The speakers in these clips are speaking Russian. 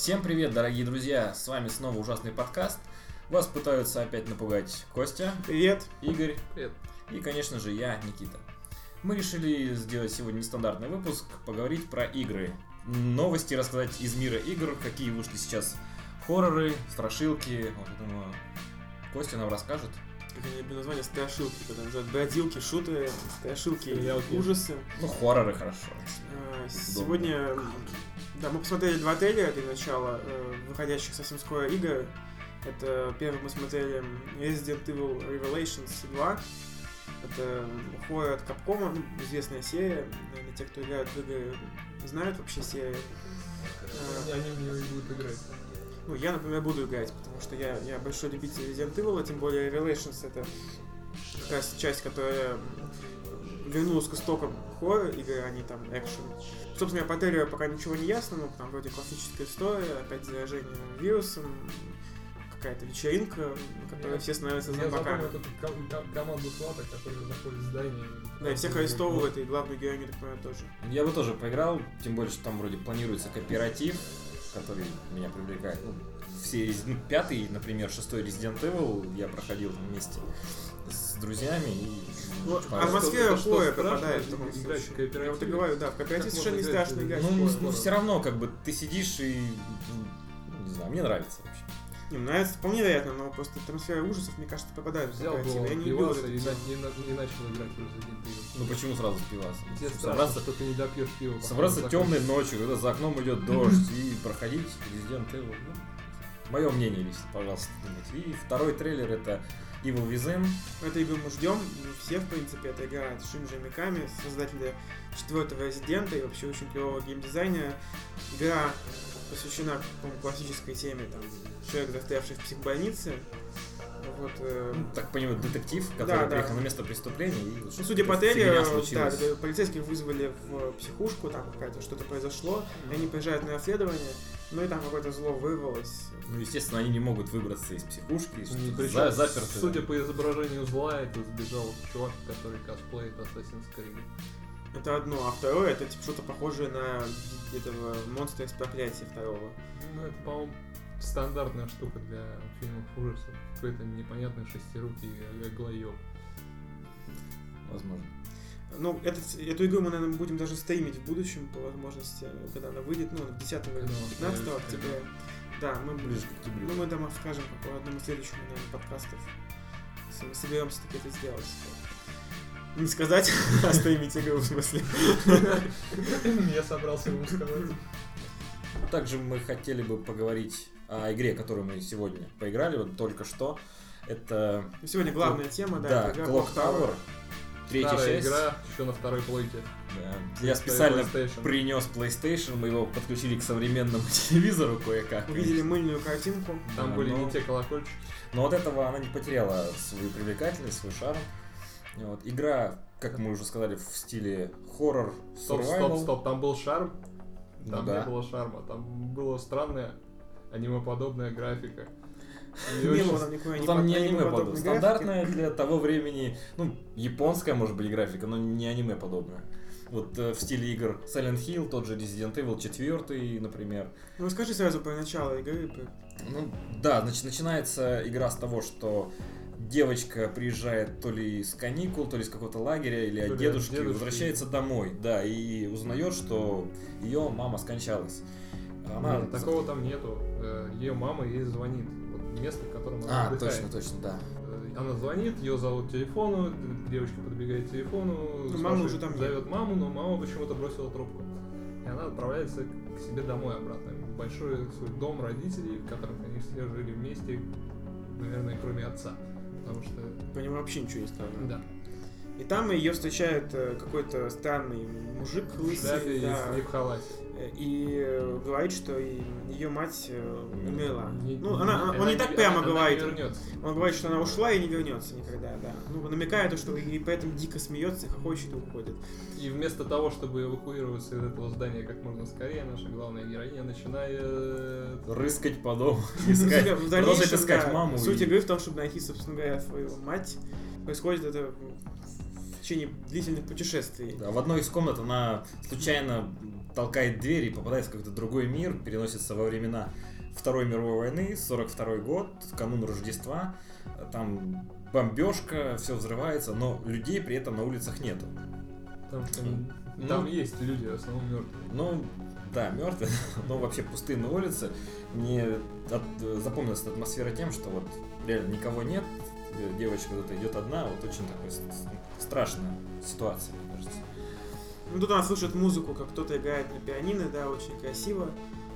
Всем привет, дорогие друзья! С вами снова ужасный подкаст. Вас пытаются опять напугать Костя. Привет. Игорь. Привет. И, конечно же, я, Никита. Мы решили сделать сегодня нестандартный выпуск, поговорить про игры. Новости рассказать из мира игр, какие вышли сейчас хорроры, страшилки. Вот, я думаю, Костя нам расскажет. Как они любят название страшилки, когда называют бродилки, шутеры, страшилки, Стрелялки. Ужасы. Ну, хорроры хорошо. Сегодня мы посмотрели два трейлера для начала, выходящих совсем скоро игр. Это первый мы смотрели Resident Evil Revelations 2. Это хоррор от Capcom, известная серия. Наверное, те, кто играют в игры, знают вообще серию. Они в нее и будут играть. Ну, я, например, буду играть, потому что я большой любитель Resident Evil, тем более Revelations это как раз часть, которая вернулась к истокам хоррор игры, а не там экшен. Собственно, по трейлеру пока ничего не ясно, но там вроде классическая история, опять заражение вирусом, какая-то вечеринка, на которой все становятся зомбаками. Я запомнил эту команду свата, которая заходит в здание. Да, и всех арестовывают, и главную героиню, так понимаю, тоже. Я бы тоже поиграл, тем более, что там вроде планируется кооператив, который меня привлекает. Пятый, например, шестой Resident Evil я проходил вместе с друзьями и... Атмосфера что, хоррора страшно попадает в таком играть в случае. кооперативе? Я вот и говорю, да, в кооперативе совершенно не страшно играть. Ну, все равно, как бы, ты сидишь и... Не знаю, мне нравится вообще. Не, нравится вполне вероятно, но просто атмосфера ужасов, мне кажется, попадает в Взял бы кооператив. Я он не люблю пиваса это и дело. не начал играть в Resident Evil. Ну почему сразу спиваться? Тебе страшно, Собраться, что ты не допьешь пиво. собраться темной ночью, когда за окном идет дождь, и проходить Resident Evil. Мое мнение лично, пожалуйста, думайте. И второй трейлер — это Evil Within. Эту игру мы ждем, все, в принципе, это игра от Шинджи Миками, создателя четвертого Резидента и вообще очень клевого геймдизайнера. Игра посвящена, по-моему, классической теме, там, человек, застрявший в психбольнице. Вот, Так понимаю, детектив, который да. приехал на место преступления и... Ну, судя по фигня трейлеру, случилась. да, полицейских вызвали в психушку, там какая-то что-то произошло, и они приезжают на расследование, ну и там какое-то зло вырвалось. Ну, естественно, они не могут выбраться из психушки, Причем, заперты. судя по изображению зла, это сбежал чувак, который косплеит Assassin's Creed. Это одно, а второе, это типа что-то похожее на этого монстра из проклятия второго. Ну, это, по-моему, стандартная штука для фильмов ужасов. Какой-то непонятный шестирукий глоёб. Возможно. Ну, эту игру мы, наверное, будем даже стримить в будущем, по возможности, когда она выйдет, ну, 10 или 15 октября. Да, мы Ближе к октябрю. Ну, мы там скажем по одному следующему, наверное, подкастов, если мы соберемся таки это сделать. Не сказать, а стримить игру, в смысле. Я собрался ему сказать. Также мы хотели бы поговорить о игре, которую мы сегодня поиграли, вот только что. Это... Сегодня главная тема, да, Да, это игра Clock Tower. Третья Старая часть. игра, еще на второй плойке. Да. Я специально PlayStation. принес PlayStation, мы его подключили к современному телевизору кое-как. Увидели мыльную картинку. Там Да, были но- не те колокольчики. Но вот этого она не потеряла свою привлекательность, свой шарм. Вот. Игра, как мы уже сказали, в стиле хоррор, survival. Стоп, там был шарм. Ну Там да. не было шарма, там была странная аниме-подобная графика. И Не очень- было там никакой Ну, там не аниме подобное. аниме-подобной графики. Стандартная для того времени, ну, японская, может быть, графика, но не аниме подобная. Вот в стиле игр Silent Hill, тот же Resident Evil 4, например. Ну, расскажи сразу про начало игры. Ну, да, значит, начинается игра с того, что девочка приезжает то ли с каникул, то ли с какого-то лагеря, или То от ли от дедушки, дедушки. возвращается домой, да, и узнает, что ее мама скончалась. Она... Нет, такого там нету. Ее мама ей звонит. Вот место, в котором она А, отдыхает. точно, да. Она звонит, ее зовут к телефону, девочка подбегает к телефону, мама уже там зовет маму, но мама почему-то бросила трубку. И она отправляется к себе домой обратно. В большой свой дом родителей, в котором они все жили вместе, наверное, кроме отца. Потому что... По нему вообще ничего не сказано. Да. И там ее встречает какой-то странный мужик В лысый, шляпе да, и в халате. и говорит, что ее мать умерла. Не- Ну, она он не так прямо она говорит. не вернется. Он говорит, что она ушла и не вернется никогда, да. Ну, намекая то, что и поэтому дико смеется, хохочет и уходит. И вместо того, чтобы эвакуироваться из этого здания как можно скорее, наша главная героиня начинает... Рыскать по дому, Ну, искать, в дальнейшем, продолжать искать да, маму. Суть и- игры в том, чтобы найти, собственно говоря, свою мать. Происходит это в течение длительных путешествий. Да, в одной из комнат она случайно толкает дверь и попадает в какой-то другой мир, переносится во времена Второй мировой войны, 42-й год, канун Рождества. Там бомбежка, все взрывается, но людей при этом на улицах нету. Потому что там есть люди, в основном мертвые. Ну, да, мертвые, но вообще пустынные улицы. Мне запомнилась эта атмосфера тем, что вот реально никого нет, девочка вот идет одна, вот очень такая страшная ситуация, мне кажется. Ну, тут она слышит музыку, как кто-то играет на пианино, да, очень красиво.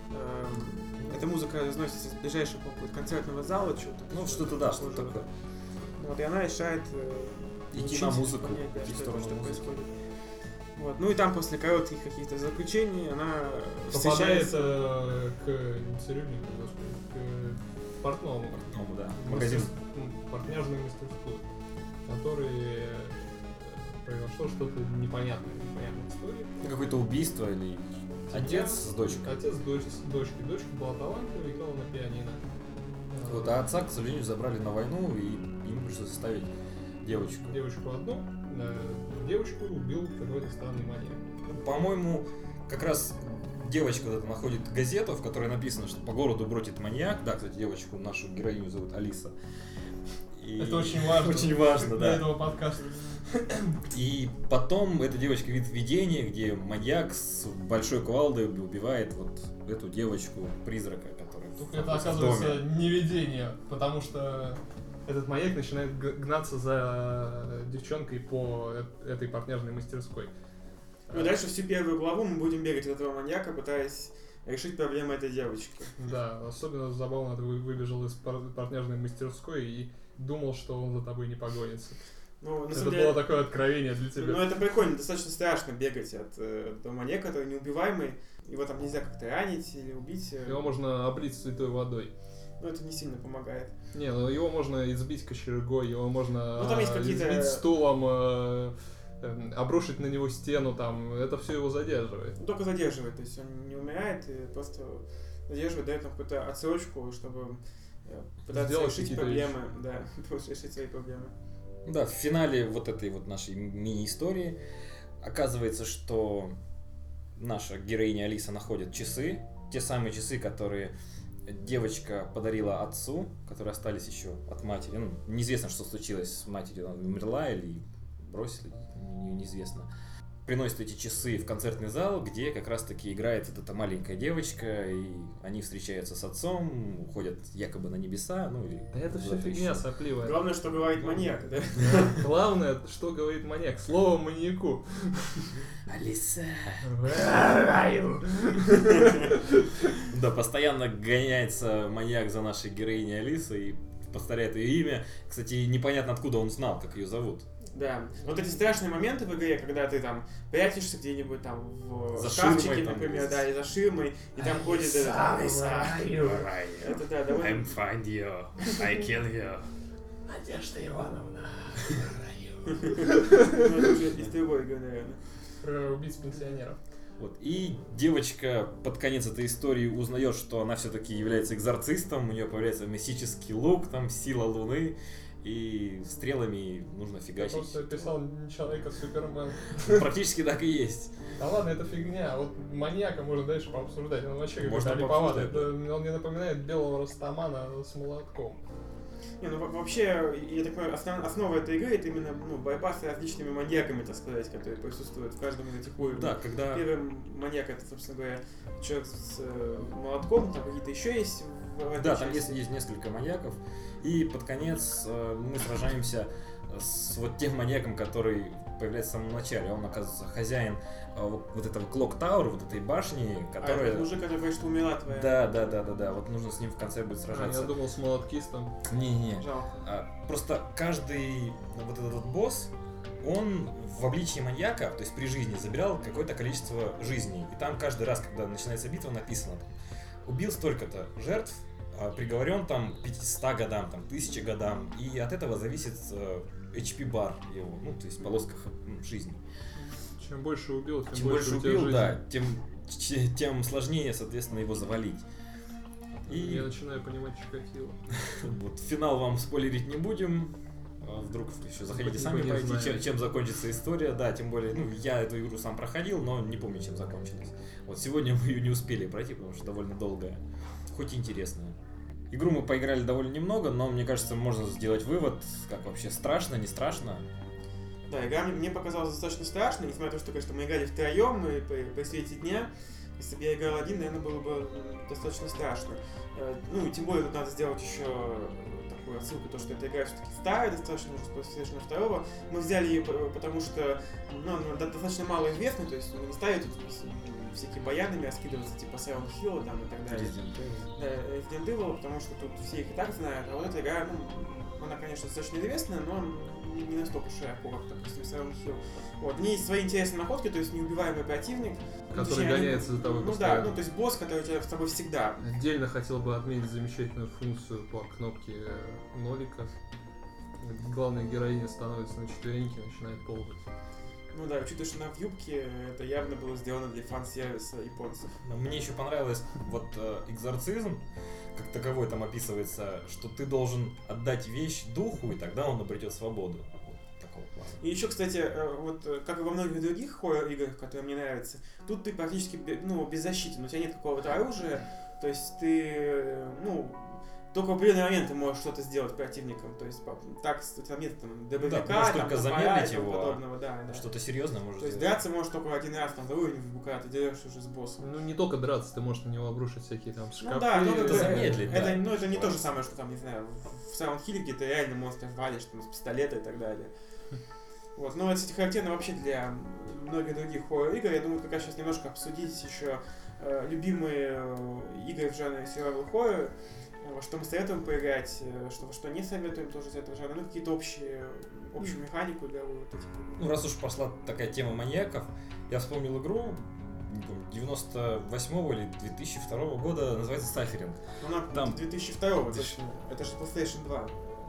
Эта музыка разносится из ближайшего концертного зала, что-то. Ну, что-то, да, что-то такое. Вот, и она решает идти на музыку, понять, да, идти в что сторону музыки. происходит. Вот. Ну и там после коротких каких-то заключений она Попадает встречается... к цирюльнику, господи, к портному. Ну, да, магазин. Портняжную мастерскую, который произошло что-то непонятная история. Какое-то убийство или отец с дочкой. Отец с дочкой. Дочка была талантлива, играла на пианино. Вот, а отца, к сожалению, забрали на войну, и ему пришлось оставить девочку. Девочку одну, девочку убил какой-то странный маньяк. Ну, по-моему, как раз девочка вот эта находит газету, в которой написано, что по городу бродит маньяк. Да, кстати, девочку, нашу героиню зовут Алиса. И... Это очень важно. Очень важно, для да. этого подкаста. И потом эта девочка видит видение, где маньяк с большой кувалдой убивает вот эту девочку-призрака, которая Только это находится в оказывается доме. не видение, потому что этот маньяк начинает гнаться за девчонкой по этой портняжной мастерской. Ну, дальше всю первую главу мы будем бегать от этого маньяка, пытаясь решить проблемы этой девочки. Да, особенно забавно, ты выбежал из портняжной мастерской и думал, что он за тобой не погонится. Ну, на Это самом деле, было такое откровение для тебя. ну, это прикольно, достаточно страшно бегать от этого маньяка, который неубиваемый. Его там нельзя как-то ранить или убить. Его можно облить святой водой. Но это не сильно помогает. Не, ну его можно избить кочергой, его можно Ну, там есть какие-то- избить стулом, обрушить на него стену, там, это все его задерживает. Ну, только задерживает, то есть он не умирает и просто задерживает, дает нам какую-то отсрочку, чтобы пытаться Сделать решить какие-то проблемы, да, просто решить свои проблемы. Да, в финале вот этой вот нашей мини-истории оказывается, что наша героиня Алиса находит часы, те самые часы, которые девочка подарила отцу, которые остались еще от матери. Ну, неизвестно, что случилось с матерью, она умерла или бросили, неизвестно. Приносит эти часы в концертный зал, где как раз-таки играет вот эта маленькая девочка, и они встречаются с отцом, уходят якобы на небеса, ну или... Да это все куда-то фигня еще. сопливая. Главное, что говорит маньяк, да? Главное, что говорит маньяк. Слово маньяку. Алиса! Да, постоянно гоняется маньяк за нашей героиней Алисой и повторяет ее имя. Кстати, непонятно, откуда он знал, как ее зовут. Да. Вот эти страшные моменты в игре, когда ты там прячешься где-нибудь там в За шкафчике, ширмой там, например, или да, или за ширмой, и там ходит этот Алиса. Это да, довольно... find you, I kill you. Надежда Ивановна. Ну, это уже из другой игры, наверное. Про убийц пенсионеров. Вот. И девочка под конец этой истории узнает, что она все-таки является экзорцистом, у нее появляется мистический лук, там сила луны, и стрелами нужно Я фигачить. просто писал не человека, а Супермен. Практически так и есть. Да ладно, это фигня. Вот маньяка можно дальше пообсуждать. Он вообще Можно какой-то липоватый. пообсуждать, Он мне напоминает белого растамана с молотком. Не, ну вообще, я так понимаю, основа этой игры это именно борьба с различными маньяками, так сказать, которые присутствуют в каждом из этих уровней. Да, когда... Первый маньяк это, собственно говоря, человек с молотком, там какие-то еще есть в этой Да, там части. есть несколько маньяков, и под конец мы сражаемся с вот тем маньяком, который появляется в самом начале. Он, оказывается, хозяин вот этого Clock Tower, вот этой башни, которая... это мужик, который говорит, что умерла твоя. Да, вот нужно с ним в конце будет Я сражаться. думал с молоткистом. Не-не-не. Жалко. Просто каждый вот этот вот босс, он в обличии маньяка, то есть при жизни, забирал какое-то количество жизней. И там каждый раз, когда начинается битва, написано там, убил столько-то жертв, приговорен там к 500 годам, там 1000 годам, и от этого зависит HP бар его, ну, то есть полоска жизни. Чем больше убил, тем Чем больше больше у тебя убил, жизни. да, тем сложнее, соответственно, его завалить. И Я начинаю понимать Чикатило. вот финал вам спойлерить не будем. Вдруг еще заходите Либо сами не пройти, знаем. чем закончится история, да, тем более, ну, я эту игру сам проходил, но не помню, чем закончилась. Вот сегодня мы ее не успели пройти, потому что довольно долгая, хоть и интересная. Игру мы поиграли довольно немного, но мне кажется, можно сделать вывод, как вообще страшно, не страшно. Да, игра мне показалась достаточно страшной, несмотря на то, что, конечно, мы играли втроем и при свете дня. Если бы я играл один, наверное, было бы достаточно страшно. Ну, и тем более тут надо сделать еще такую отсылку, то, что эта игра все-таки старая, достаточно уже с PlayStation 2. Мы взяли ее, потому что она достаточно мало известна, то есть мы не ставили тут всякими баянами раскидываться, типа Silent Hill там, и так далее. Да, Resident Evil, потому что тут все их и так знают, а вот эта игра, ну, она, конечно, достаточно известная, но не настолько широко, как, допустим, Silent Hill. Вот. В ней есть свои интересные находки, то есть неубиваемый противник. Который гоняется за тобой Ну постоянно. да, ну то есть босс, который у тебя с тобой всегда. Отдельно хотел бы отметить замечательную функцию по кнопке нолика. Главная героиня становится на четвереньки и начинает ползать. Ну да, учитывая, что она в юбке, это явно было сделано для фан-сервиса японцев. Мне еще понравилось вот экзорцизм, как таковой там описывается, что ты должен отдать вещь духу, и тогда он обретет свободу. Вот такого плана. И еще, кстати, вот как и во многих других хоррор-играх, которые мне нравятся, тут ты практически беззащитен, у тебя нет какого-то оружия, то есть ты, только в определенный момент ты можешь что-то сделать противником, то есть так, у тебя нет там дробовика, Да, можешь там, только топора замедлить и тому его, подобного, да. Что-то серьезное может То есть сделать. драться можешь только один раз, там, за уровень, когда ты дерешься уже с боссом. Ну не только драться, ты можешь на него обрушить всякие там шкафы. Ну да, это замедлить, да. это не то же самое, что там, не знаю, в Silent Hill, где ты реально монстров валишь там, с пистолета и так далее. Вот, но это, кстати, характерно вообще для многих других хоррор-игр. Я думаю, как раз сейчас немножко обсудить еще любимые игры в жанре survival horror, во что мы советуем поиграть, во что не советуем тоже из этого жанра, какие-то общую механику игровую. Вот эти. Ну, раз уж пошла такая тема маньяков, я вспомнил игру, не помню, 98 или 2002 года, называется Suffering. Она Там 2002 точно, это же PlayStation 2.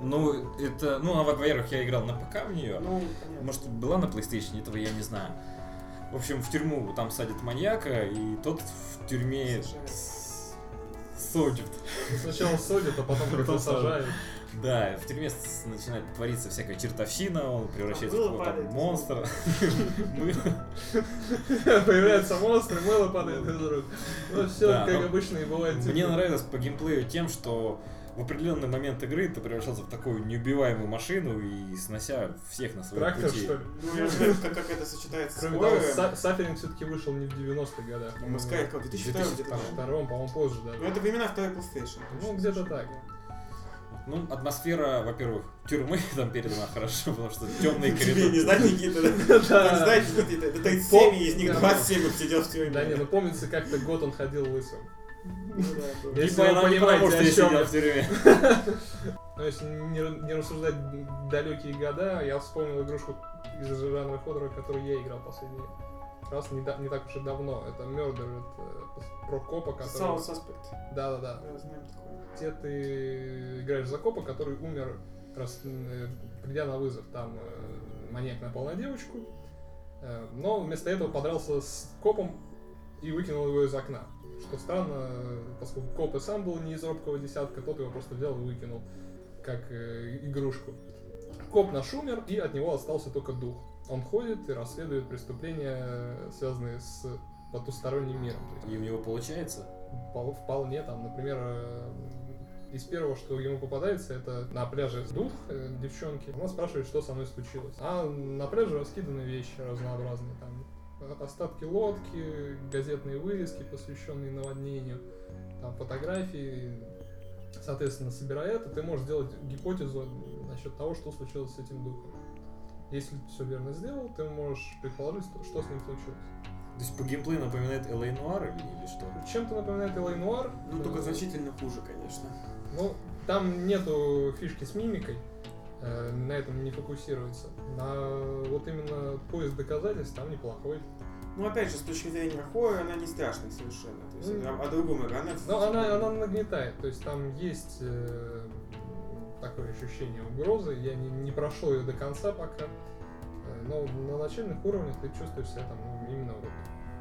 Во-первых, я играл на ПК в нее. Ну, понятно. Может, была на PlayStation, этого я не знаю. В общем, в тюрьму там садят маньяка, и тот в тюрьме содит. Сначала садят, а потом как-то сажают. Да, в тюрьме начинает твориться всякая чертовщина, он превращается в какого-то падает. монстра. Появляются монстры, мыло падает из рук. Ну все Да, как но обычно и бывает. Мне нравилось по геймплею тем, что в определенный момент игры ты превращался в такую неубиваемую машину и снося всех на своем Трактор, пути. что ли? Ну, я не знаю, как это сочетается с Кроме того, хоррором. Сафферинг все-таки вышел не в 90-х годах. Мы сказали, как в 2002 где-то. Втором, по-моему, позже Ну, даже. это времена второй PlayStation. Ну, где-то так. Ну, атмосфера, во-первых, тюрьмы там передана хорошо, потому что темные Тебе не коридоры. знать, Никита, да? Не знать, Никита, это 37, из них 27 сидел в тюрьме. Да не, ну помнится, как-то год он ходил лысым. Ну да, было. Если Типа, вы она не потому, что понимаете, я о чем сидел я. в тюрьме. Ну, если не рассуждать далекие года, я вспомнил игрушку из жанра хоррора, которую я играл последний раз, не так уж и давно. Это Murder, это про копа, который... Soul Suspect. Да-да-да. Да, знаем такое. Где ты играешь за копа, который умер, придя на вызов. Там маньяк напал на девочку, но вместо этого подрался с копом и выкинул его из окна. Что странно, поскольку коп и сам был не из робкого десятка, тот его просто взял и выкинул как игрушку. Коп наш умер, и от него остался только дух. Он ходит и расследует преступления, связанные с потусторонним миром. То И есть, у него получается? вполне там, например, из первого, что ему попадается, это на пляже дух девчонки. Она спрашивает, что со мной случилось. А на пляже раскиданы вещи разнообразные. Там остатки лодки, газетные вырезки, посвященные наводнению, там фотографии. Соответственно, собирая это, ты можешь сделать гипотезу насчет того, что случилось с этим духом. Если ты все верно сделал, ты можешь предположить, что с ним случилось. То есть по геймплею напоминает L.A. Noire или что? Чем-то напоминает L.A. Noire. Ну, только значительно хуже, конечно. Ну, там нету фишки с мимикой, на этом не фокусируется. Вот именно поиск доказательств там неплохой. Ну, опять же, с точки зрения хоррора, она не страшная совершенно. То есть, о другом игра. Но она нагнетает, то есть там есть такое ощущение угрозы. Я не прошел ее до конца пока, но на начальных уровнях ты чувствуешь себя там именно вот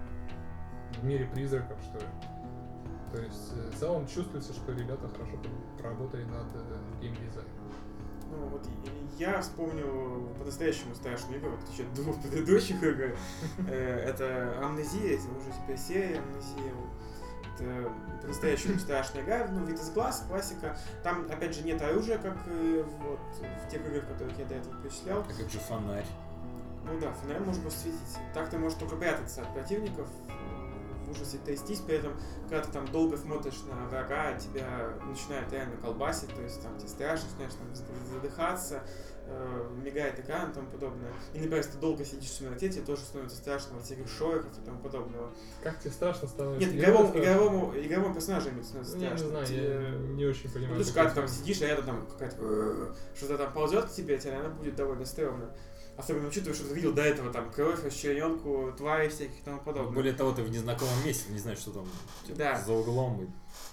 в мире призраков, что ли. То есть в целом чувствуется, что ребята хорошо поработали над геймдизайном. Ну, вот я вспомнил по-настоящему страшную игру, в отличие от двух предыдущих игр. Это Амнезия, уже теперь серия Амнезия. Это по-настоящему страшная игра, ну, вид из глаз, классика. Там, опять же, нет оружия, как вот в тех играх, которых я до этого перечислял. А как же фонарь? Ну да, фонарь можно посветить. Так ты можешь только прятаться от противников, в ужасе трястись, при этом, когда ты там долго смотришь на врага, тебя начинает реально колбасить, то есть там тебе страшно, начинаешь там задыхаться, мигает экран и тому подобное. И, например, если ты долго сидишь в темноте, тебе тоже становится страшно от всяких шорохов и тому подобного. Как тебе страшно становится? Нет, игровому персонажу именно становится Я не страшно. знаю, я не очень понимаю. Ну, ты же когда ты там сидишь, а рядом там какая-то что-то там ползет к тебе наверное, будет довольно стрёмно. Особенно учитывая, что ты видел до этого там кровь, расчлененку, твари всяких и тому подобное. Более того, ты в незнакомом месте, не знаешь, что там Да. за углом.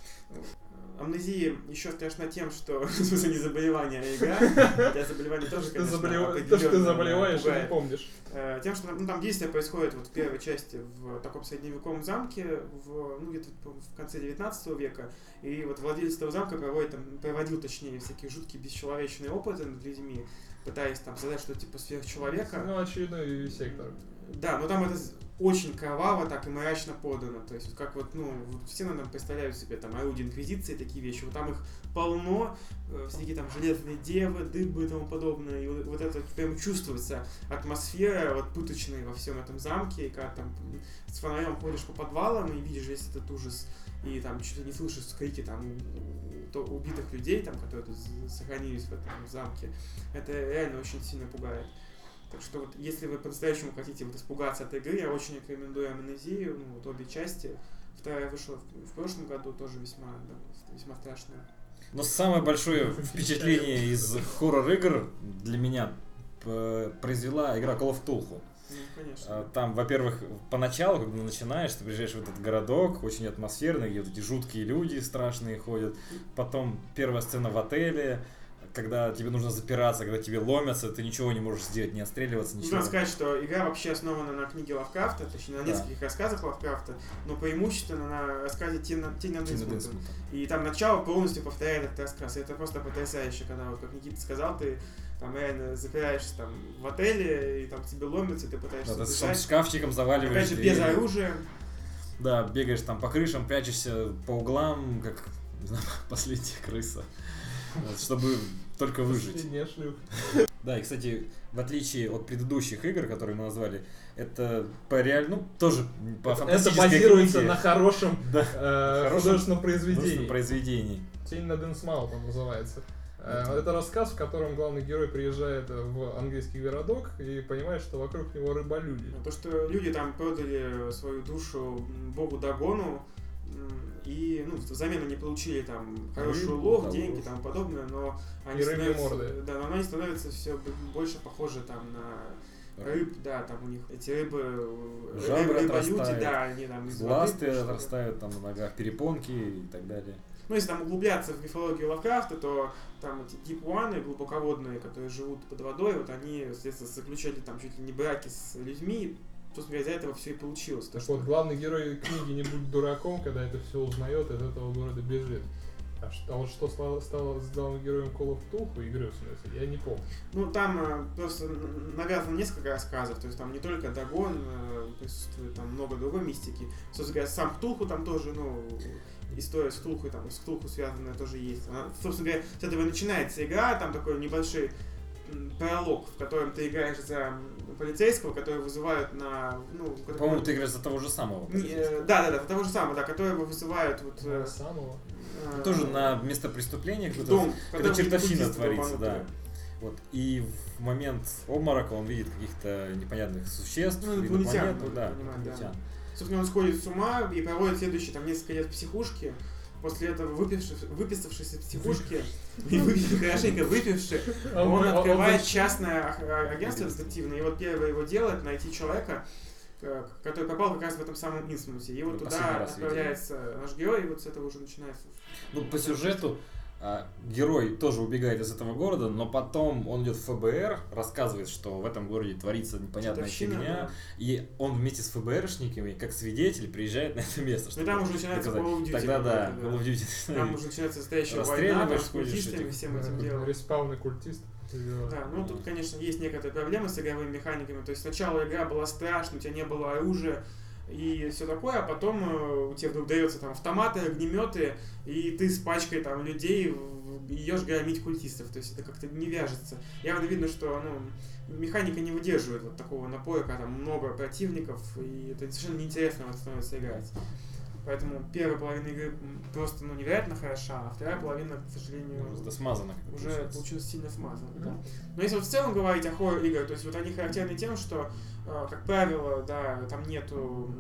Амнезия еще страшна тем, что в смысле не заболевание, а игра. Хотя заболевание тоже, конечно, То, что ты заболеваешь, и не помнишь. Тем, что там действие происходит вот в первой части в таком средневековом замке, где-то в конце 19 века. И вот владелец этого замка проводил всякие жуткие бесчеловечные опыты над людьми, пытаясь там создать что-то типа сверхчеловека. Ну, очередной сектор. Да, но там это очень кроваво так и мрачно подано. То есть, как вот, все нам представляют себе там орудия инквизиции, такие вещи. Вот там их полно, всякие там железные девы, дыбы и тому подобное. И вот это прям чувствуется атмосфера вот пыточная во всем этом замке. И когда там с фонарем ходишь по подвалам и видишь весь этот ужас, и там чуть ли не слышишь крики там убитых людей, там, которые тут сохранились в этом замке. Это реально очень сильно пугает. Так что вот, если вы по-настоящему хотите вот испугаться от игры, я очень рекомендую Амнезию, обе части. Вторая вышла в прошлом году, тоже весьма страшная. Но самое большое впечатление из хоррор-игр для меня произвела игра Call of Cthulhu. Конечно. Там, во-первых, поначалу, когда начинаешь, ты приезжаешь в этот городок, очень атмосферный, где вот эти жуткие люди страшные ходят. Потом первая сцена в отеле, когда тебе нужно запираться, когда тебе ломятся, ты ничего не можешь сделать, не отстреливаться, ничего. Нужно сказать, что игра вообще основана на книге Лавкрафта, точнее на нескольких рассказах Лавкрафта, но преимущественно на рассказе Тина Динсмута. И там начало полностью повторяет этот рассказ. И это просто потрясающе, когда, вот, как Никита сказал, ты там реально запираешься там в отеле, и там тебе ломятся, и ты пытаешься бежать. Ты с шкафчиком заваливаешь. Опять же, без оружия. Да, бегаешь там по крышам, прячешься по углам, как, не знаю, последняя крыса. Чтобы только выжить. Да, и, кстати, в отличие от предыдущих игр, которые мы назвали, это по реальному, тоже по фантастической книге. Это базируется на хорошем художественном произведении. «Тень над Инсмаутом» называется. Это рассказ, в котором главный герой приезжает в английский городок и понимает, что вокруг него рыболюди. То, что люди там продали свою душу богу Дагону, и взамен они получили там хороший улов, деньги и тому подобное, но они становятся все больше похожи там на рыб, да, там у них эти рыболюди, да, они там из ласты отрастают там на ногах, перепонки и так далее. Если там углубляться в мифологию Лавкрафта, то там эти Deep One, глубоководные, которые живут под водой, вот они, соответственно, заключали там чуть ли не браки с людьми. Собственно говоря, из-за этого все и получилось. Так вот, главный герой книги не будь дураком, когда это все узнает, из этого города бежит. А вот что стало с главным героем Call of Cthulhu, игры, в смысле, я не помню. Там просто навязано несколько рассказов, то есть там не только Дагон, присутствует там много другой мистики. Собственно говоря, сам Ктулху там тоже, история с Ктулху, там с Ктулху связанная тоже есть. Собственно говоря, с этого начинается игра, там такой небольшой пролог, в котором ты играешь за полицейского, который вызывают на... По-моему, ты играешь за того же самого. Да, за того же самого, да, которого вызывают самого? Тоже на место преступления, когда чертовщина творится, да. Вот. И в момент обморока он видит каких-то непонятных существ, инопланетян, да. Собственно, он сходит с ума и проводит следующие несколько лет в психушке. После этого, выписавшись из психушки и хорошенько выпивший, он открывает частное агентство детективное. И вот первое его дело — это найти человека, который попал как раз в этом самом Инсмуте. И вот туда отправляется наш герой, и вот с этого уже начинается. По сюжету герой тоже убегает из этого города, но потом он идет в ФБР, рассказывает, что в этом городе творится непонятная фигня, и он вместе с ФБРшниками, как свидетель, приезжает на это место. Ну там уже начинается Call of Duty. Тогда да, Call of Duty. Там уже начинается настоящая война, с культистами, всем этим делом. Респаунный культист. Да, ну тут, конечно, есть некоторые проблемы с игровыми механиками. То есть сначала игра была страшной, у тебя не было оружия и все такое, а потом тебе вдруг дается там автоматы, огнеметы, и ты с пачкой там людей идешь громить культистов. То есть это как-то не вяжется. Явно видно, что механика не выдерживает вот такого напора, когда там много противников, и это совершенно неинтересно становится играть. Поэтому первая половина игры просто невероятно хороша, а вторая половина, к сожалению, смазана, уже получилась сильно смазана. Да. Но если вот в целом говорить о хоррор-играх, то есть вот они характерны тем, что, как правило, да, там нет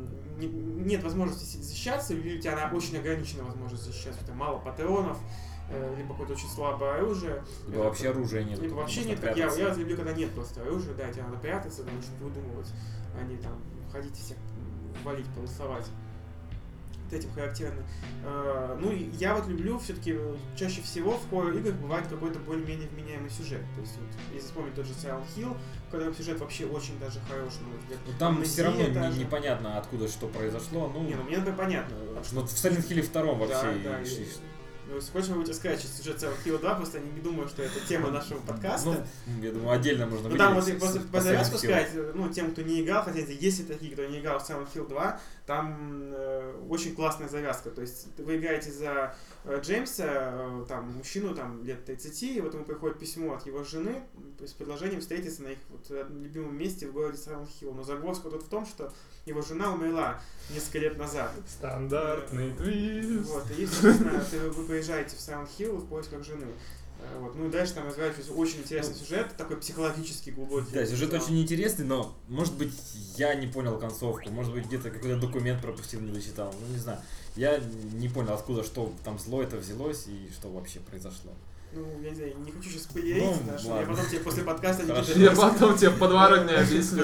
возможности защищаться, или у тебя очень ограничена возможность защищаться, там мало патронов, либо какое-то очень слабое оружие. Либо вообще оружия нет. Либо вообще нет, как я люблю, когда нет просто оружия, да, тебе надо прятаться, да, что-то выдумывать, а не там ходить и всех валить, полосовать. Этим характерны. Ну, я вот люблю все-таки чаще всего в хоррор-играх бывает какой-то более-менее вменяемый сюжет. То есть, вот, если вспомнить тот же Silent Hill, в котором сюжет вообще очень даже хороший, на мой взгляд. Там все равно непонятно, откуда что произошло. Не, мне, например, понятно. Вот в Silent Hill 2 вообще... Да, ну, хочешь, могу тебе сказать, что сюжет Silent Hill 2, просто я не думаю, что это тема нашего подкаста. Ну, я думаю, отдельно можно выделить. Там вот просто по завязку сказать, тем, кто не играл, хотя есть и такие, кто не играл в Silent Hill 2, там очень классная завязка. То есть вы играете за Джеймса, там, мужчину там, лет 30, и вот ему приходит письмо от его жены с предложением встретиться на их вот, любимом месте в городе Silent Hill. Но загвоздка тут в том, что его жена умерла несколько лет назад. Стандартный твист. Вот, и, естественно, вы приезжаете в Silent Hill в поисках жены. Вот. Ну и дальше там разворачивается очень интересный сюжет, такой психологический, глубокий. Да, сюжет очень интересный, но, может быть, я не понял концовку, может быть, где-то какой-то документ пропустил, не дочитал, ну не знаю. Я не понял, откуда, что там зло это взялось и что вообще произошло. Ну, я не знаю, не хочу сейчас спойлерить, я потом тебе после подкаста я потом тебе в подворотне объясню.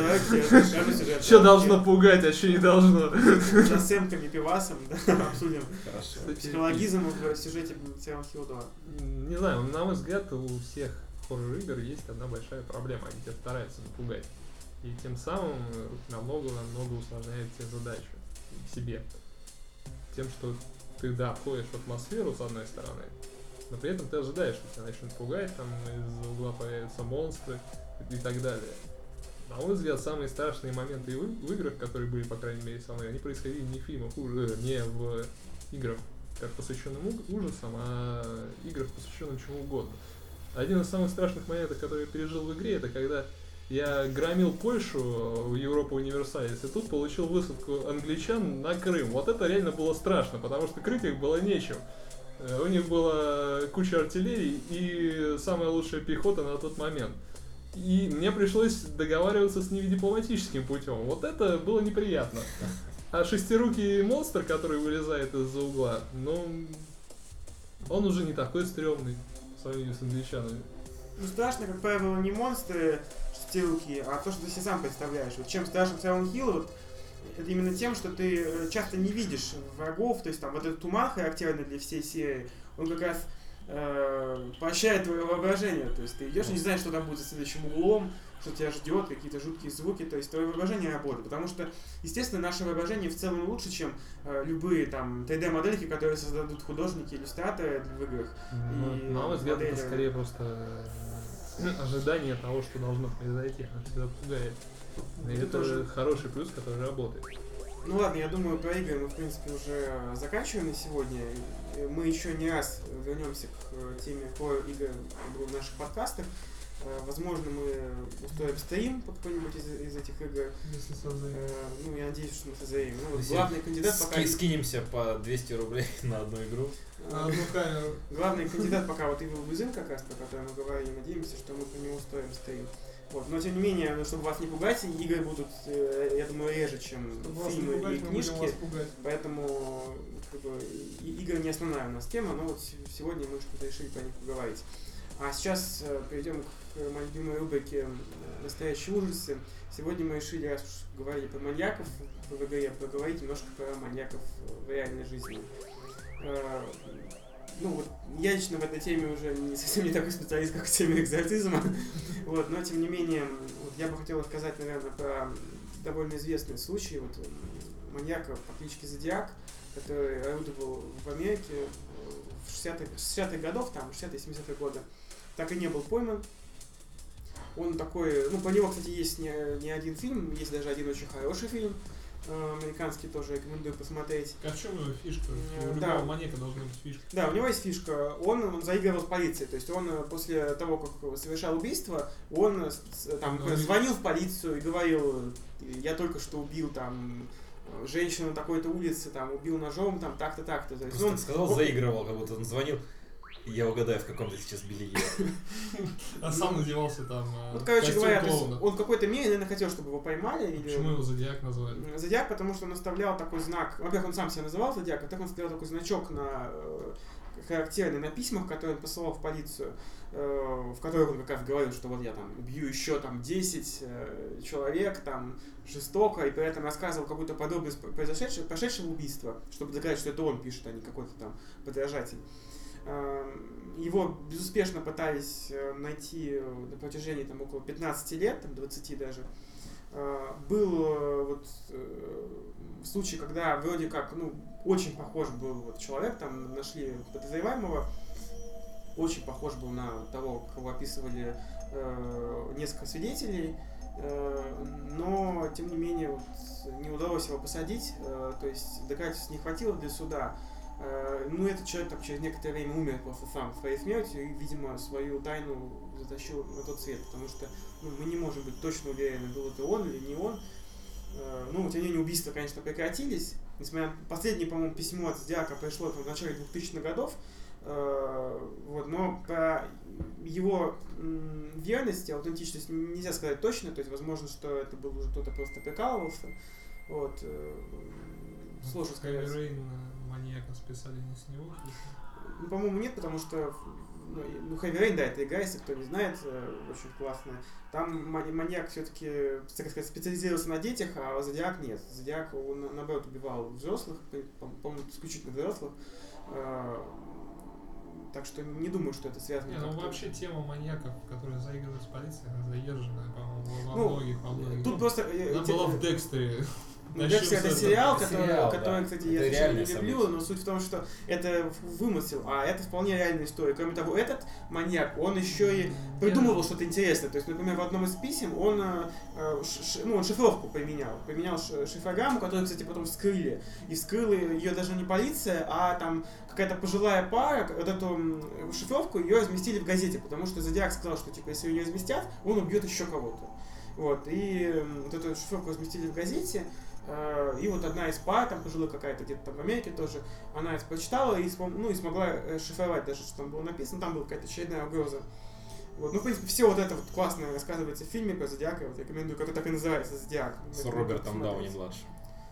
Что должно пугать, а что не должно. С оценками пивасом, да, обсудим. Хорошо. Психологизм в сюжете Silent Hill 2. Не знаю, на мой взгляд, у всех хоррор-игр есть одна большая проблема. Они тебя стараются напугать. И тем самым намного усложняет тебе задачу себе. Тем, что ты, да, входишь в атмосферу, с одной стороны, но при этом ты ожидаешь, что тебя начнут пугать, там из-за угла появятся монстры и так далее. На мой взгляд, самые страшные моменты в играх, которые были, по крайней мере, со мной, они происходили не в фильмах, не в играх, как посвященным ужасам, а играх, посвященным чему угодно. Один из самых страшных моментов, который я пережил в игре, это когда я громил Польшу в Европа Универсалис, и тут получил высадку англичан на Крым. Вот это реально было страшно, потому что крыть их было нечем. У них была куча артиллерии и самая лучшая пехота на тот момент. И мне пришлось договариваться с ними дипломатическим путем. Вот это было неприятно. А шестирукий монстр, который вылезает из-за угла, он уже не такой стрёмный по сравнению с англичанами. Ну, страшно, как правило, не монстры шестирукие, а то, что ты себе сам представляешь. Вот чем страшен Silent Hill, вот, это именно тем, что ты часто не видишь врагов, то есть там вот этот туман, характерный для всей серии, он как раз поощряет твое воображение, то есть ты идешь и не знаешь, что там будет за следующим углом, что тебя ждет, какие-то жуткие звуки, то есть твое воображение работает, потому что, естественно, наше воображение в целом лучше, чем любые там 3D-модельки, которые создадут художники, иллюстраторы в играх. На мой взгляд, это скорее просто ожидание того, что должно произойти, оно всегда пугает. И это тоже хороший плюс, который работает. Ну ладно, я думаю, про игры мы, в принципе, уже заканчиваем на сегодня. Мы еще не раз вернемся к теме хоррор-игр в наших подкастах. Возможно, мы устроим стрим по какой-нибудь из этих игр. Если создаем. Ну, я надеюсь, что мы создаем. Ну, вот главный кандидат пока... Скинемся по 200 рублей на одну игру. На одну камеру. Главный кандидат пока вот Evil Within, как раз, про который мы говорили. Надеемся, что мы по нему устроим стрим. Вот. Но тем не менее, чтобы вас не пугать, игры будут, я думаю, реже, чем фильмы и книжки. Поэтому как бы, игры не основная у нас тема, но вот сегодня мы что-то решили про них поговорить. А сейчас перейдем к моей любимой рубрике «Настоящие ужасы». Сегодня мы решили, раз уж говорили про маньяков в игре, поговорить немножко про маньяков в реальной жизни. ну вот, я лично в этой теме уже не совсем не такой специалист, как в теме экзорцизма, вот, но тем не менее, вот, я бы хотел рассказать, наверное, про довольно известный случай, вот, маньяка по кличке Зодиак, который орудовал в Америке в 60-х годов, там, 60-70-е годы, так и не был пойман. Он такой, ну, по него, кстати, есть не один фильм, есть даже один очень хороший фильм, американский, тоже рекомендую посмотреть. А в чем его фишка? У Да. любого маньяка должна быть фишка. Да, у него есть фишка, он заигрывал с полицией, то есть он после того, как совершал убийство, он там звонил в полицию и говорил, я только что убил там женщину на такой-то улице, там убил ножом, там так-то, так-то. То есть, Просто ты сказал, заигрывал, как будто он звонил. Я угадаю, в каком ты сейчас белье. А сам надевался там вот, короче костюм говоря, то есть клоуна. он в какой-то мере, наверное, хотел, чтобы его поймали. Или... Почему его Зодиак назвали? Зодиак, потому что он оставлял такой знак. Во-первых, он сам себя называл Зодиак, а так он оставлял такой значок характерный на письмах, которые он посылал в полицию, в которых он как раз говорил, что вот я там убью еще там 10 человек, там жестоко, и при этом рассказывал какую-то подробность прошедшего убийства, чтобы доказать, что это он пишет, а не какой-то там подражатель. Его безуспешно пытались найти на протяжении там, около 15 лет, там, 20 даже. Был вот случай, когда вроде как, ну, очень похож был вот человек, там нашли подозреваемого, очень похож был на того, кого описывали несколько свидетелей, но, тем не менее, вот, не удалось его посадить, то есть доказательств не хватило для суда. Ну, этот человек так, через некоторое время умер просто сам своей смертью и, видимо, свою тайну затащил на тот свет, потому что ну, мы не можем быть точно уверены, был это он или не он. Ну, тем не менее, убийства, конечно, прекратились. Несмотря на последнее, по-моему, письмо от Зодиака пришло в начале 2000-х годов, вот, но про его верность и аутентичность нельзя сказать точно, то есть, возможно, что это был уже кто-то просто прикалывался. Вот, сложно сказать. Маньяка списали не с него? Ну, по-моему, нет, потому что ну, Heavy Rain, да, это игра, если кто не знает, очень классная. Там маньяк все-таки, так сказать, специализировался на детях, а Зодиак нет. Зодиак, он, наоборот, убивал взрослых, по-моему, исключительно взрослых. Так что не думаю, что это связано. Не, ну вообще тема маньяков, которые заигрывают с полицией, она заезженная, по-моему, во многих. Тут просто... Она была в Декстере. Декстер — это сериал, который, кстати, я совершенно не люблю, но суть в том, что это вымысел, а это вполне реальная история. Кроме того, этот маньяк, он еще и придумывал что-то интересное. То есть, например, в одном из писем он шифровку поменял шифрограмму, которую, кстати, потом вскрыли. И вскрыла ее даже не полиция, а там какая-то пожилая пара, вот эту шифровку ее разместили в газете, потому что Зодиак сказал, что типа если ее не разместят, он убьет еще кого-то. Вот, и вот эту шифровку разместили в газете. И вот одна из пар, там пожилая какая-то где-то там в Америке тоже, она это прочитала и смогла шифровать даже, что там было написано, там была какая-то очередная угроза. Вот. Ну, в принципе, все вот это вот классно рассказывается в фильме про Зодиака, вот рекомендую, который так и называется «Зодиак». С Робертом Дауни-младшим.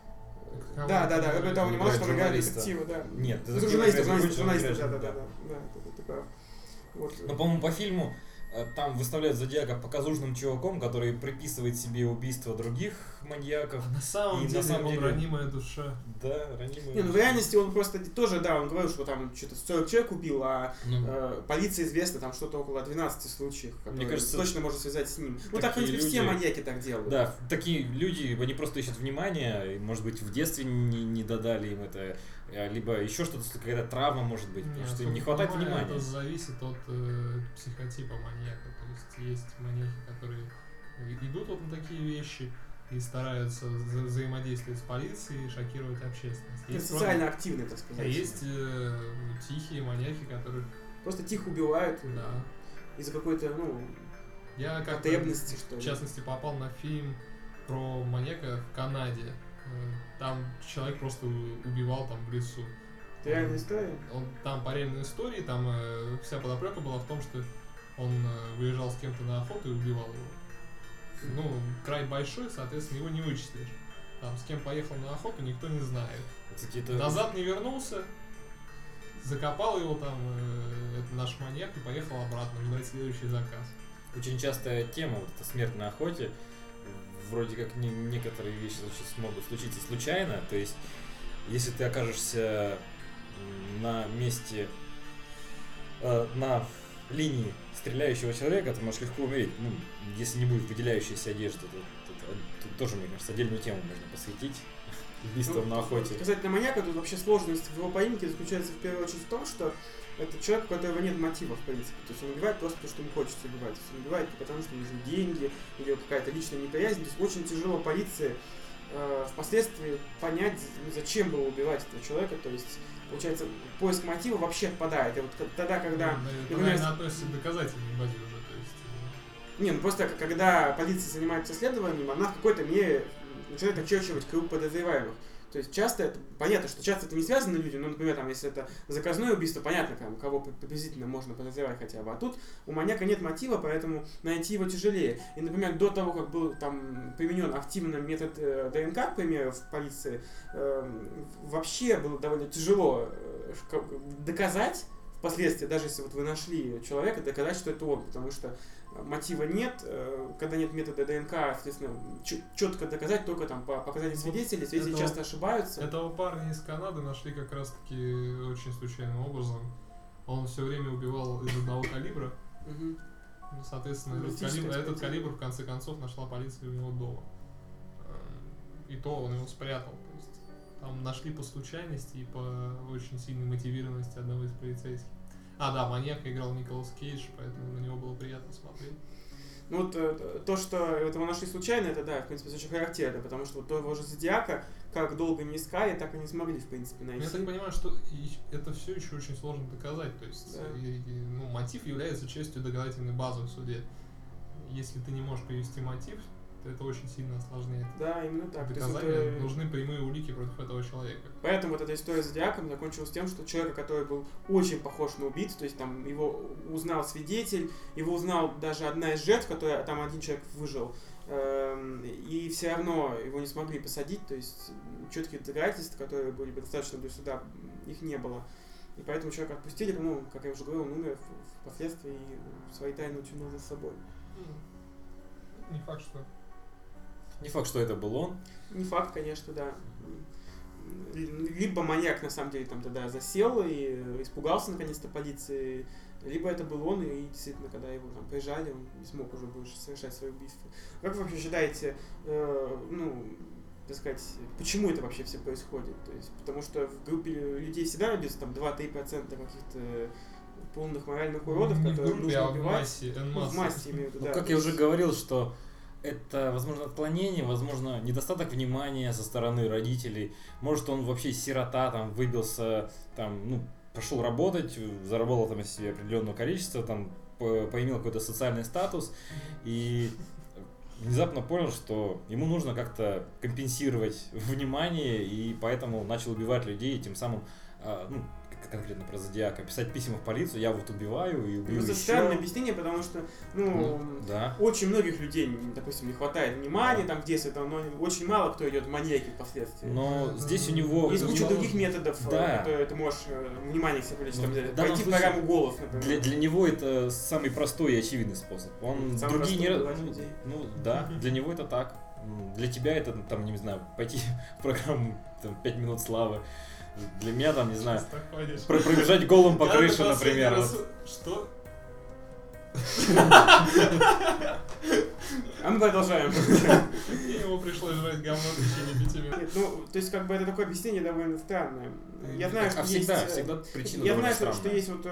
Да, Роберт Дауни-младший, он играет детектива, да. Нет, журналист, да, ты прав. Но, по-моему, по фильму там выставляют Зодиака показушным чуваком, который приписывает себе убийство других маньяков. На самом деле он ранимая душа. Да, ранимая душа. В реальности он просто тоже, да, он говорил, что там что-то 40 человек убил, а полиция известна там что-то около 12 случаев, которые, мне кажется, точно можно связать с ним. Ну так, в принципе, все маньяки так делают. Да, такие люди, они просто ищут внимания, может быть, в детстве не додали им это, либо еще что-то, какая-то травма может быть, потому что им не хватает внимания. Это зависит от психотипа маньяка. То есть маньяки, которые идут вот на такие вещи и стараются взаимодействовать с полицией и шокировать общественность. Есть социально активные, так сказать. А есть тихие маньяки, которые просто тихо убивают, да, из-за какой-то, я потребности, что ли. В частности, попал на фильм про маньяка в Канаде. Там человек просто убивал там в лесу. Это реальная история? Там по реальной истории, там вся подоплека была в том, что он выезжал с кем-то на охоту и убивал его. Ну, край большой, соответственно, его не вычислишь. Там, с кем поехал на охоту, никто не знает. Назад не вернулся, закопал его там наш маньяк и поехал обратно ждать следующий заказ. Очень частая тема, вот эта смерть на охоте. Вроде как некоторые вещи могут случиться случайно. То есть, если ты окажешься на месте на линии стреляющего человека, ты можешь легко умереть. Ну, если не будет выделяющейся одежды, тут тоже, мне кажется, отдельную тему можно посвятить убийствам на охоте. Касательно маньяка, тут вообще сложность в его поимке заключается в первую очередь в том, что это человек, у которого нет мотива, в принципе. То есть он убивает просто потому, что ему хочется убивать. То есть он убивает не потому, что нужны деньги или какая-то личная неприязнь. То есть очень тяжело полиции впоследствии понять, зачем было убивать этого человека. То есть, получается, поиск мотива вообще отпадает. И вот тогда, когда... Это, наверное, относится к доказательной базе уже. То есть... Не, ну просто когда полиция занимается расследованием, она в какой-то мере начинает очерчивать круг подозреваемых. То есть часто это, понятно, что часто это не связаны люди, ну, например, там, если это заказное убийство, понятно, кого приблизительно можно подозревать хотя бы. А тут у маньяка нет мотива, поэтому найти его тяжелее. И, например, до того, как был там применен активно метод ДНК, к примеру, в полиции, вообще было довольно тяжело доказать впоследствии, даже если вот вы нашли человека, доказать, что это он, потому что мотива нет, когда нет метода ДНК, соответственно, четко доказать только там по показаниям свидетелей, свидетели часто ошибаются. Этого парня из Канады нашли как раз-таки очень случайным образом. Он все время убивал из одного калибра. Соответственно, этот калибр в конце концов нашла полиция у него дома. И то он его спрятал. То есть там нашли по случайности и по очень сильной мотивированности одного из полицейских. А, да, маньяка играл Николас Кейдж, поэтому на него было приятно смотреть. Ну вот то, что его нашли случайно, это да, в принципе, очень характерно, потому что вот того же Зодиака, как долго не искали, так и не смогли, в принципе, найти. Я так понимаю, что это все еще очень сложно доказать, то есть ну, мотив является частью доказательной базы в суде. Если ты не можешь привести мотив, то это очень сильно осложняет. Да, именно так. Доказания, нужны прямые улики против этого человека. Поэтому вот эта история с Зодиаком закончилась тем, что человека, который был очень похож на убийцу, то есть там его узнал свидетель, его узнал даже одна из жертв, которая там один человек выжил, и все равно его не смогли посадить, то есть четких доказательств, которые были бы достаточно для суда, их не было. И поэтому человека отпустили, ну, как я уже говорил, он умер впоследствии и свои тайны утянул за собой. Не факт, что... Не факт, что это был он. Не факт, конечно, да. Либо маньяк на самом деле там тогда засел и испугался наконец-то полиции, либо это был он, и действительно, когда его там приезжали, он не смог уже больше совершать свое убийство. Как вы вообще считаете, ну, так сказать, почему это вообще все происходит? То есть, потому что в группе людей всегда найдется там 2-3% каких-то полных моральных уродов, не которые в группе, нужно а убивать. в массе имею в виду, Ну, да. как я уже говорил, что это, возможно, отклонение, возможно, недостаток внимания со стороны родителей. Может, он вообще сирота, там, выбился, там, ну, пошел работать, заработал там себе определенное количество, там, поимел какой-то социальный статус и внезапно понял, что ему нужно как-то компенсировать внимание, и поэтому начал убивать людей, и тем самым, ну, конкретно про Зодиака, писать письма в полицию, я вот убиваю и убью Это еще. странное объяснение, потому что, да. очень многих людей, допустим, не хватает внимания, там, в детстве, там, но очень мало кто идет в маньяки впоследствии. Но здесь у него... Есть куча других методов, да. которые ты можешь внимание к себе привлечь, там, в пойти в программу «Голос», например. Для него это самый простой и очевидный способ. Он Самый другие не... простой убивать людей. Ну, да, для него это так. Для тебя это, там, не знаю, пойти в программу там, 5 минут славы. Для меня, там, не знаю, пробежать голым по крыше, например. Что? А мы продолжаем. И ему пришлось жрать говно в течение 5 минут. Нет, ну, то есть, как бы, это такое объяснение довольно странное. Я знаю, что всегда причина я довольно знаю, странная. что есть вот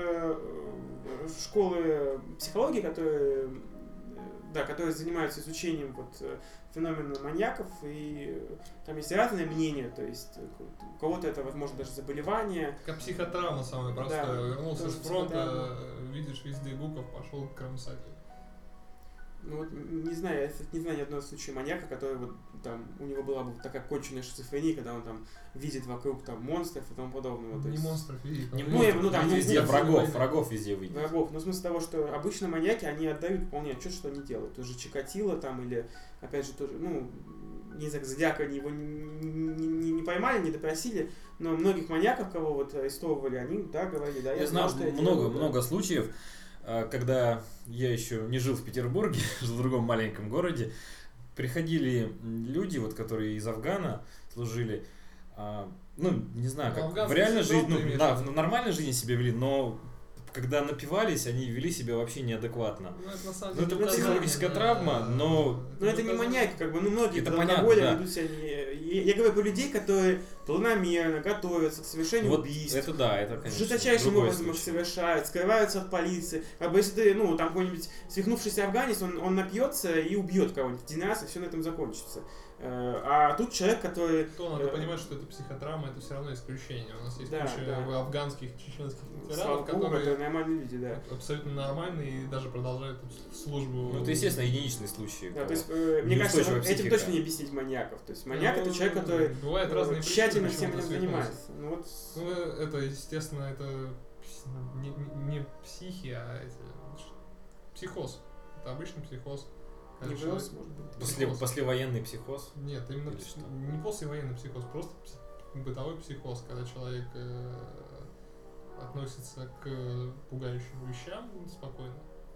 школы психологии, которые занимаются изучением вот феномена маньяков, и там есть разные мнения, то есть у кого-то это, возможно, даже заболевание. Как психотравма самая простая. Да, вернулся с тоже фронта, видишь везде гуков, пошел кромсать. Ну вот не знаю, я не знаю ни одного случая маньяка, который вот там у него была бы такая конченная шизофрения, когда он там видит вокруг там монстров и тому подобного. Не монстров видит. Не монстров, монстров, там везде врагов. врагов везде выйдет. Врагов. Но в смысле того, что обычно маньяки, они отдают вполне отчет, что они делают. Тоже Чикатило там или, опять же, тоже, ну, не знаю, Зодиака его не поймали, не допросили, но многих маньяков, кого вот арестовывали, они, да, говорили, да, Я знаю, что я много делаю, да. много случаев, когда я еще не жил в Петербурге, жил в другом маленьком городе, приходили люди, вот, которые из Афгана служили, ну, не знаю, как в реальной жизни, в нормальной жизни себя вели, но когда напивались, они вели себя вообще неадекватно. Ну, это на самом Ну, деле это психологическая травма, но... Ну, это не маньяки, как бы, ну, многие Это под понятно, алкоголем да. ведут себя я говорю про людей, которые планомерно готовятся к совершению Вот убийств. это да, это, конечно, Жесточайшим другой образом их случай. совершают, скрываются от полиции. Как бы если ты, ну, там какой-нибудь свихнувшийся афганец, он напьется и убьет кого-нибудь один раз, и все на этом закончится. А тут человек, который... То надо понимать, что это психотравма, это все равно исключение. У нас есть Да, куча да. афганских, чеченских Слава ветеранов, Богу, которые это нормальные люди, да. абсолютно нормальные и даже продолжают службу. Ну, это, естественно, единичные случаи. Да, то есть, мне кажется, Неустойчивая вот этим психика. точно не объяснить маньяков. То есть маньяк Ну, это человек, который бывают разные тщательно причины, всем этим почему он занимается. Ну вот. Ну, это, естественно, это не психи, а психоз. Это обычный психоз. Когда Невроз, человек- может быть. Послевоенный психоз. Нет, именно Или что? не послевоенный психоз, просто бытовой психоз, когда человек относится к пугающим вещам спокойно.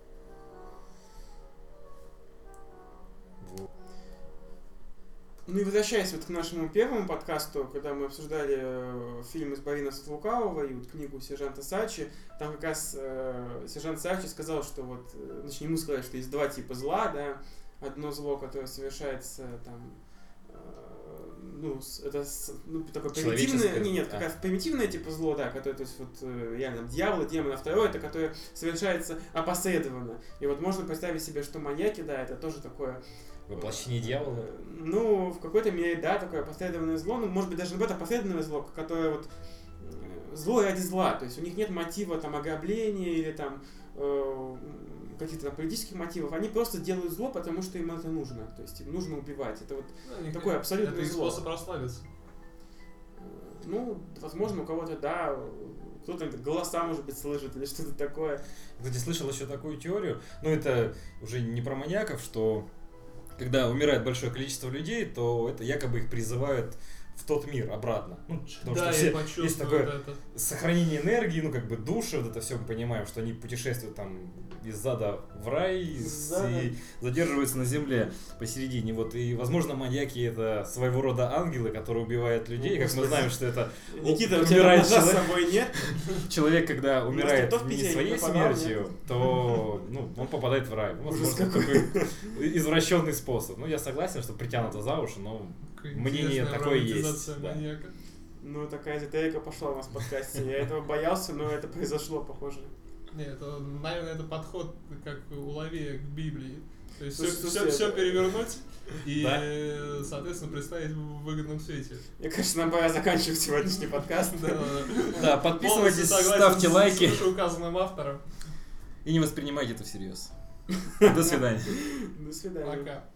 Ну и возвращаясь вот к нашему первому подкасту, когда мы обсуждали фильм «Избави нас от лукавого» и вот книгу сержанта Сачи, там как раз сержант Сачи сказал, что вот, значит, ему сказали, что есть два типа зла, да, одно зло, которое совершается там, ну, это ну, такое примитивное, Человеческое, нет, как раз примитивное типа зло, да, которое, то есть вот реально дьявол и демон, а второе, это которое совершается опосредованно. И вот можно представить себе, что маньяки, да, это тоже такое Воплощение дьявола. ну, в какой-то мере, да, такое опосредованное зло, ну, может быть, даже наоборот, опосредованное зло, которое вот зло ради зла, то есть у них нет мотива там ограбления или там каких-то там политических мотивов, они просто делают зло, потому что им это нужно, то есть им нужно убивать, это вот такое абсолютное Это их зло. способ расслабиться. Ну, возможно, у кого-то, да, кто-то голоса, может быть, слышит или что-то такое. Кстати, слышал еще такую теорию, ну это уже не про маньяков, что когда умирает большое количество людей, то это якобы их призывают в тот мир обратно. Ну, потому Да, что я все почувствую есть такое это. сохранение энергии, ну как бы души, вот это все мы понимаем, что они путешествуют там из ада в рай и задерживаются на земле посередине. Вот и, возможно, маньяки это своего рода ангелы, которые убивают людей, как мы знаем, что это Никита, у тебя умирает ножа с человек. собой нет? Человек, когда умирает кто в не Питере не своей попадал, смертью, то ну, он попадает в рай. Ужас Возможно, такой извращенный способ. Ну, я согласен, что притянуто за уши, но мнение Интересная такое есть. романтизация Да. маньяка. Ну, такая эзотерика пошла у нас в подкасте. Я этого боялся, но это произошло, похоже. Нет, это, наверное, это подход, как у Лавея к Библии. То есть Слушай, все перевернуть и, Да. соответственно, представить в выгодном свете. Мне кажется, нам пора заканчивать сегодняшний подкаст. Да, подписывайтесь, Полностью согласен ставьте с лайки вышеуказанным автором. и не воспринимайте это всерьез. До свидания. До свидания. Пока.